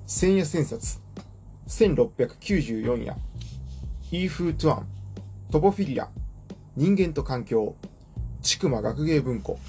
千夜千冊、1694夜、イーフートゥアン、トポフィリア、人間と環境、千曲学芸文庫。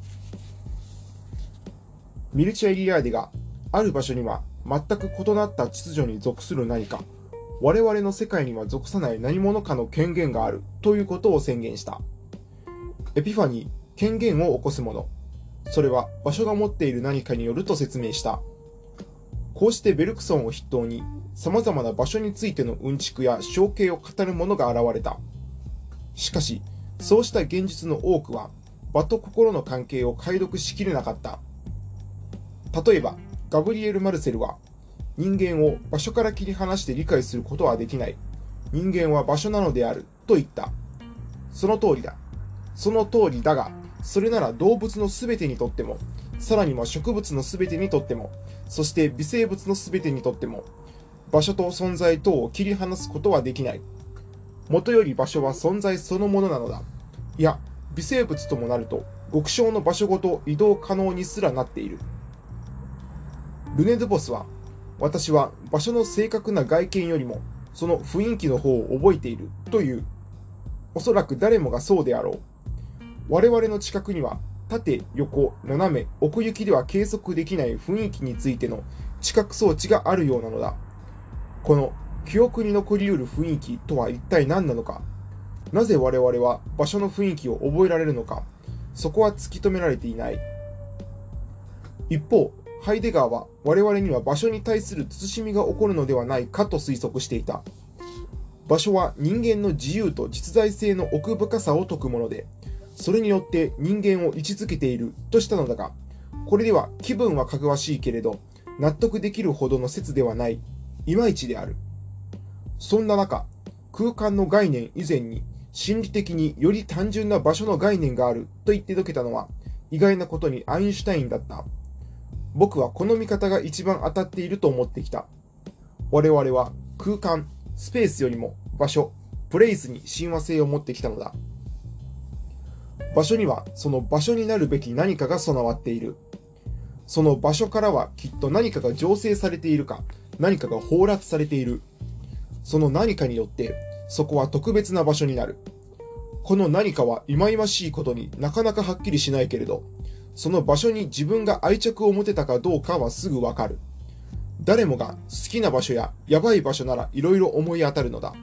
ミルチャ・エリアーデが、ある場所には全く異なった秩序に属する何か、我々の世界には属さない何者かの権限があるということを宣言した。エピファニー、権限を起こすもの。それは場所が持っている何かによると説明した。こうしてベルクソンを筆頭に、様々な場所についてのうんちくや象形を語るものが現れた。しかし、そうした現実の多くは、場と心の関係を解読しきれなかった。例えば、ガブリエル・マルセルは、人間を場所から切り離して理解することはできない。人間は場所なのである、と言った。その通りだ。その通りだが、それなら動物のすべてにとっても、さらには植物のすべてにとっても、そして微生物のすべてにとっても、場所と存在等を切り離すことはできない。もとより場所は存在そのものなのだ。いや、微生物ともなると、極小の場所ごと移動可能にすらなっている。ルネ・ドゥボスは、私は場所の正確な外見よりも、その雰囲気の方を覚えているという。おそらく誰もがそうであろう。我々の近くには、縦、横、斜め、奥行きでは計測できない雰囲気についての知覚装置があるようなのだ。この記憶に残り得る雰囲気とは一体何なのか。なぜ我々は場所の雰囲気を覚えられるのか。そこは突き止められていない。一方、ハイデガーは我々には場所に対する慎みが起こるのではないかと推測していた。場所は人間の自由と実在性の奥深さを説くもので、それによって人間を位置づけているとしたのだが、これでは気分はかぐわしいけれど、納得できるほどの説ではない、いまいちである。そんな中、空間の概念以前に心理的により単純な場所の概念があると言って解けたのは、意外なことにアインシュタインだった。僕はこの見方が一番当たっていると思ってきた。我々は空間、スペースよりも場所、プレイスに親和性を持ってきたのだ。場所にはその場所になるべき何かが備わっている。その場所からはきっと何かが醸成されているか、何かが放埓されている。その何かによってそこは特別な場所になる。この何かは忌々しいことになかなかはっきりしないけれど、その場所に自分が愛着を持てたかどうかはすぐわかる。誰もが好きな場所ややばい場所ならいろいろ思い当たるのだ。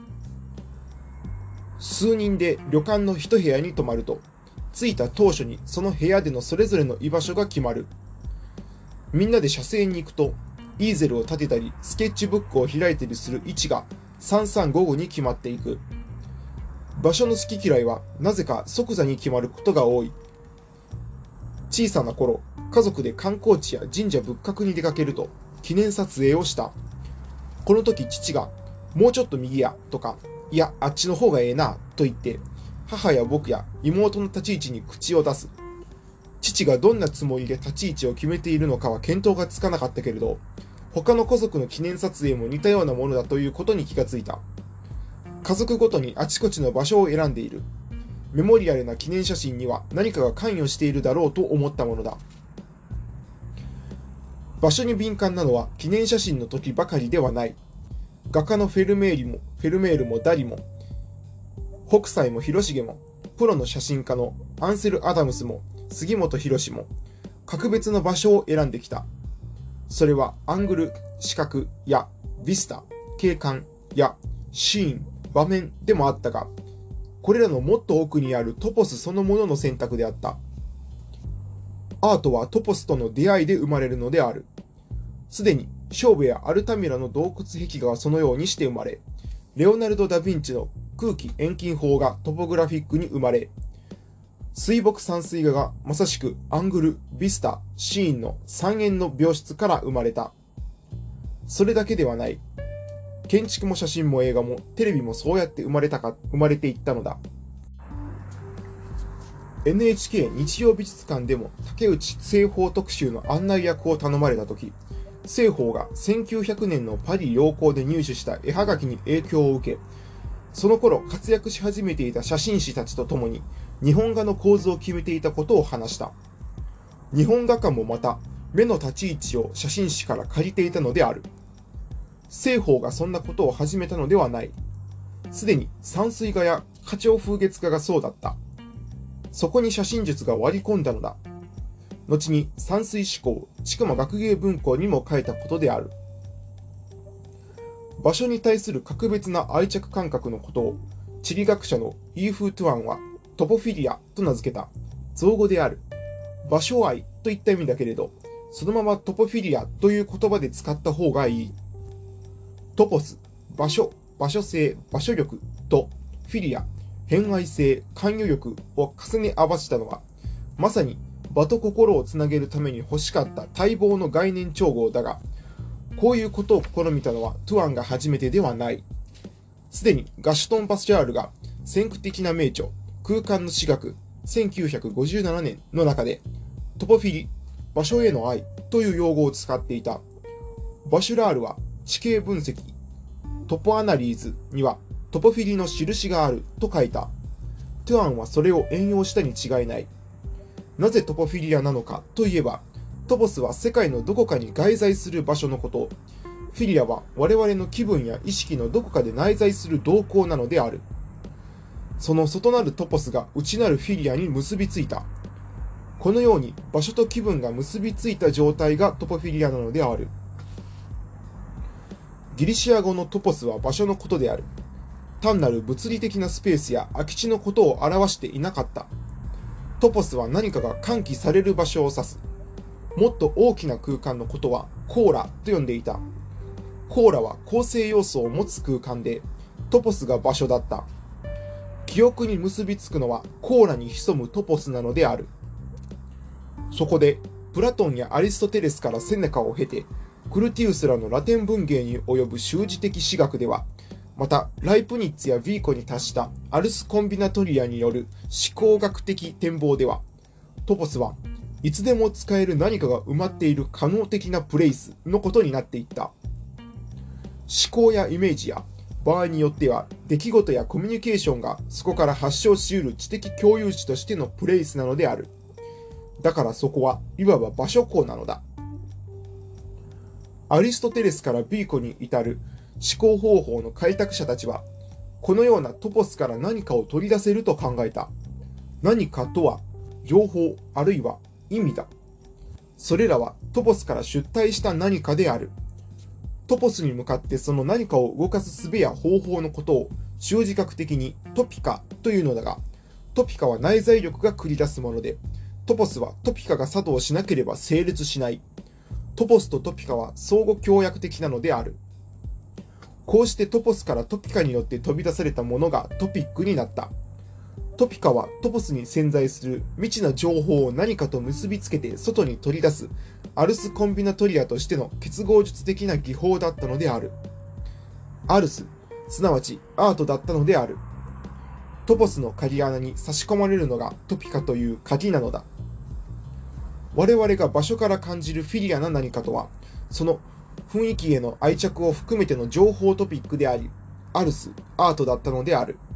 数人で旅館の一部屋に泊まると、着いた当初にその部屋でのそれぞれの居場所が決まる。みんなで写生に行くと、イーゼルを立てたりスケッチブックを開いたりする位置が3355に決まっていく。場所の好き嫌いはなぜか即座に決まることが多い。小さな頃、家族で観光地や神社仏閣に出かけると記念撮影をした。この時父が、もうちょっと右やとか、いやあっちの方がええなと言って、母や僕や妹の立ち位置に口を出す。父がどんなつもりで立ち位置を決めているのかは見当がつかなかったけれど、他の家族の記念撮影も似たようなものだということに気がついた。家族ごとにあちこちの場所を選んでいる。メモリアルな記念写真には何かが関与しているだろうと思ったものだ。場所に敏感なのは記念写真の時ばかりではない。画家のフェルメールもダリも、北斎も広重も、プロの写真家のアンセル・アダムスも、杉本博も、格別の場所を選んできた。それはアングル、視覚やビスタ、景観やシーン、場面でもあったが、これらのもっと奥にあるトポスそのものの選択であった。アートはトポスとの出会いで生まれるのである。すでにショーベやアルタミラの洞窟壁画はそのようにして生まれ、レオナルド・ダ・ヴィンチの空気遠近法がトポグラフィックに生まれ、水墨山水画がまさしくアングル、ビスタ、シーンの三円の描出から生まれた。それだけではない。建築も写真も映画もテレビもそうやって生まれていったのだ。NHK 日曜美術館でも竹内栖鳳特集の案内役を頼まれたとき、栖鳳が1900年のパリ良好で入手した絵はがきに影響を受け、その頃活躍し始めていた写真師たちと共に日本画の構図を決めていたことを話した。日本画家もまた目の立ち位置を写真師から借りていたのである。 西方がそんなことを始めたのではない。すでに山水画や花鳥風月画がそうだった。そこに写真術が割り込んだのだ。後に山水志向、千曲学芸文庫にも書いたことである。場所に対する格別な愛着感覚のことを、地理学者のイーフー・トゥアンはトポフィリアと名付けた造語である。場所愛といった意味だけれど、そのままトポフィリアという言葉で使った方がいい。トポス、場所、場所性、場所力とフィリア、偏愛性、関与力を重ね合わせたのは、まさに場と心をつなげるために欲しかった待望の概念調合だが、こういうことを試みたのはトゥアンが初めてではない。すでにガシュトン・パシャールが先駆的な名著、空間の史学1957年の中で、トポフィリ、場所への愛という用語を使っていた。バシュラールは地形分析、トポアナリーズにはトポフィリの印があると書いた。トゥアンはそれを援用したに違いない。なぜトポフィリアなのかといえば、トポスは世界のどこかに外在する場所のこと。フィリアは我々の気分や意識のどこかで内在する動向なのである。その外なるトポスが内なるフィリアに結びついた。このように場所と気分が結びついた状態がトポフィリアなのである。ギリシア語のトポスは場所のことである。単なる物理的なスペースや空き地のことを表していなかった。トポスは何かが喚起される場所を指す。もっと大きな空間のことはコーラと呼んでいた。コーラは構成要素を持つ空間で、トポスが場所だった。記憶に結びつくのはコーラに潜むトポスなのである。そこで、プラトンやアリストテレスからセネカを経て、クルティウスらのラテン文芸に及ぶ習字的史学では、またライプニッツやヴィーコに達したアルス・コンビナトリアによる思考学的展望では、トポスはいつでも使える何かが埋まっている可能的なプレイスのことになっていった。思考やイメージや場合によっては出来事やコミュニケーションがそこから発症し得る知的共有地としてのプレイスなのである。だからそこはいわば場所港なのだ。アリストテレスからヴィーコに至る思考方法の開拓者たちは、このようなトポスから何かを取り出せると考えた。何かとは情報あるいは意味だ。それらはトポスから出体した何かである。トポスに向かってその何かを動かす術や方法のことを習字学的にトピカというのだが、トピカは内在力が繰り出すもので、トポスはトピカが作動しなければ成立しない。トポスとトピカは相互協約的なのである。こうしてトポスからトピカによって飛び出されたものがトピックになった。トピカはトポスに潜在する未知な情報を何かと結びつけて外に取り出すアルス・コンビナトリアとしての結合術的な技法だったのである。アルス、すなわちアートだったのである。トポスの鍵穴に差し込まれるのがトピカという鍵なのだ。我々が場所から感じるフィリアな何かとは、その雰囲気への愛着を含めての情報トピックであり、アルス、アートだったのである。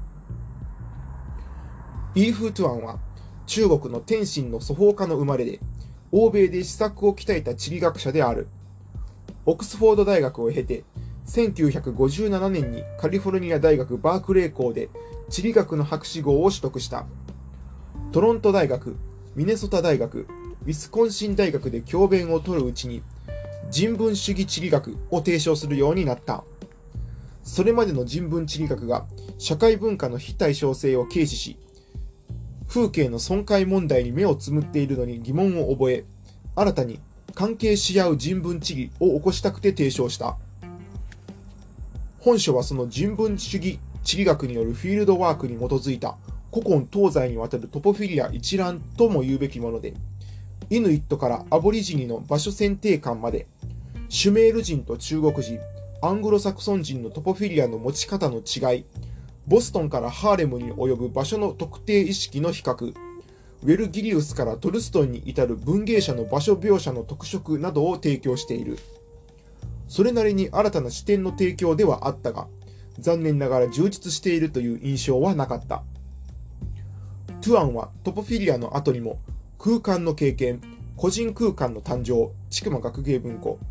イーフー・トゥアンは中国の天津の祖法家の生まれで、欧米で思索を鍛えた地理学者である。オックスフォード大学を経て、1957年にカリフォルニア大学バークレー校で地理学の博士号を取得した。トロント大学、ミネソタ大学、ウィスコンシン大学で教鞭を取るうちに、人文主義地理学を提唱するようになった。それまでの人文地理学が社会文化の非対称性を軽視し、風景の損壊問題に目をつむっているのに疑問を覚え、新たに関係し合う人文地理を起こしたくて提唱した。本書はその人文主義地理学によるフィールドワークに基づいた古今東西にわたるトポフィリア一覧とも言うべきもので、イヌイットからアボリジニの場所選定観まで、シュメール人と中国人、アングロサクソン人のトポフィリアの持ち方の違い、ボストンからハーレムに及ぶ場所の特定意識の比較、ウェルギリウスからトルストイに至る文芸者の場所描写の特色などを提供している。それなりに新たな視点の提供ではあったが、残念ながら充実しているという印象はなかった。トゥアンはトポフィリアの後にも、空間の経験、個人空間の誕生、千曲学芸文庫、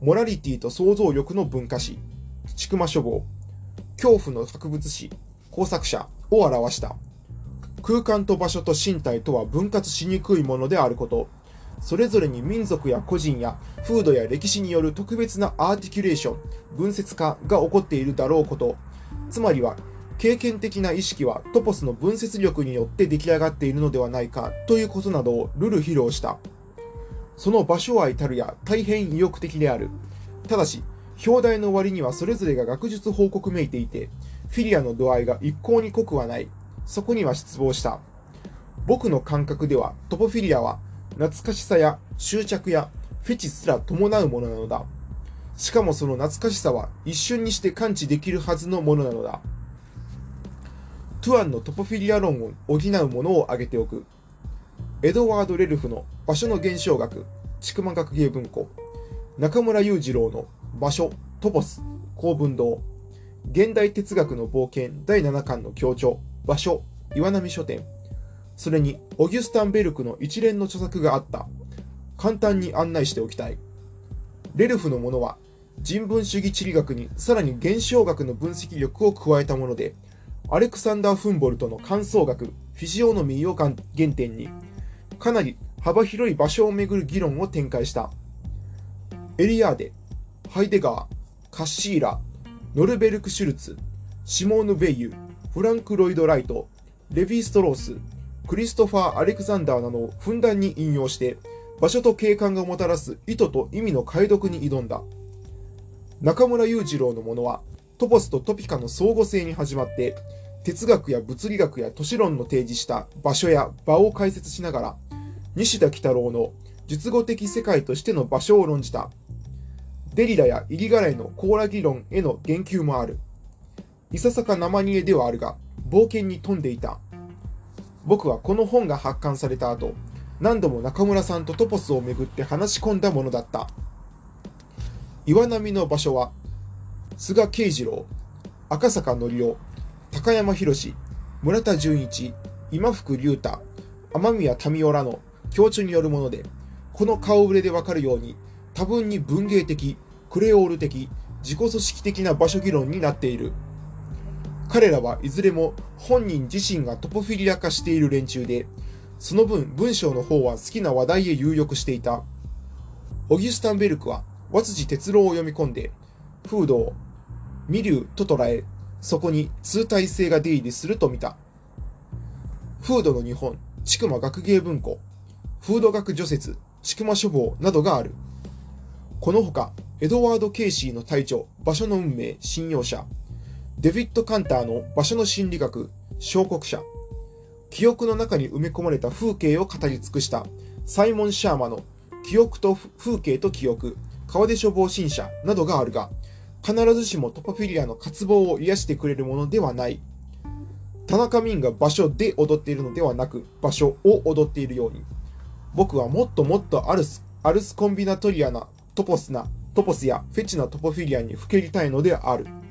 モラリティと想像力の文化史、千曲書房、恐怖の博物史、工作者を表した。空間と場所と身体とは分割しにくいものであること、それぞれに民族や個人や風土や歴史による特別なアーティキュレーション、分節化が起こっているだろうこと、つまりは経験的な意識はトポスの分節力によって出来上がっているのではないかということなどを披露した。その場所愛たるや大変意欲的である。ただし、表題の割にはそれぞれが学術報告めいていて、フィリアの度合いが一向に濃くはない。そこには失望した。僕の感覚ではトポフィリアは懐かしさや執着やフェチすら伴うものなのだ。しかもその懐かしさは一瞬にして感知できるはずのものなのだ。トゥアンのトポフィリア論を補うものを挙げておく。エドワード・レルフの場所の現象学、千曲学芸文庫。中村雄二郎の場所、トポス、公文堂。現代哲学の冒険第7巻の強調、場所、岩波書店。それに、オギュスタン・ベルクの一連の著作があった。簡単に案内しておきたい。レルフのものは、人文主義地理学にさらに現象学の分析力を加えたもので、アレクサンダー・フンボルトの観想学、フィジオノミーを原点に、かなり幅広い場所をめぐる議論を展開した。エリアーデ、ハイデガー、カッシーラ、ノルベルク・シュルツ、シモーヌ・ベイユ、フランク・ロイド・ライト、レヴィ・ストロース、クリストファー・アレクザンダーなどをふんだんに引用して、場所と景観がもたらす意図と意味の解読に挑んだ。中村雄二郎のものは、トポスとトピカの相互性に始まって、哲学や物理学や都市論の提示した場所や場を解説しながら、西田幾多郎の述語的世界としての場所を論じた。デリラやイリガライのコーラ議論への言及もある。いささか生煮えではあるが、冒険に富んでいた。僕はこの本が発刊された後、何度も中村さんとトポスをめぐって話し込んだものだった。岩波の場所は、菅慶次郎、赤坂則夫、高山博、村田純一、今福龍太、雨宮民夫らの共著によるもので、この顔ぶれでわかるように、多分に文芸的、クレオール的、自己組織的な場所議論になっている。彼らはいずれも本人自身がトポフィリア化している連中で、その分文章の方は好きな話題へ入力していた。オギュスタンベルクは和辻哲郎を読み込んで、風土を未流と捉え、そこに通体性が出入りすると見た。風土の日本、千曲学芸文庫、風土学除説、千曲書房などがある。このほか、エドワード・ケイシーの大著、場所の運命、信用者、デビッド・カンターの場所の心理学、小国者、記憶の中に埋め込まれた風景を語り尽くしたサイモン・シャーマの記憶と風景と記憶、川出処方新社などがあるが、必ずしもトポフィリアの渇望を癒してくれるものではない。田中泯が場所で踊っているのではなく、場所を踊っているように、僕はもっともっとアルスコンビナトリアなトポスやフェチなトポフィリアにふけりたいのである。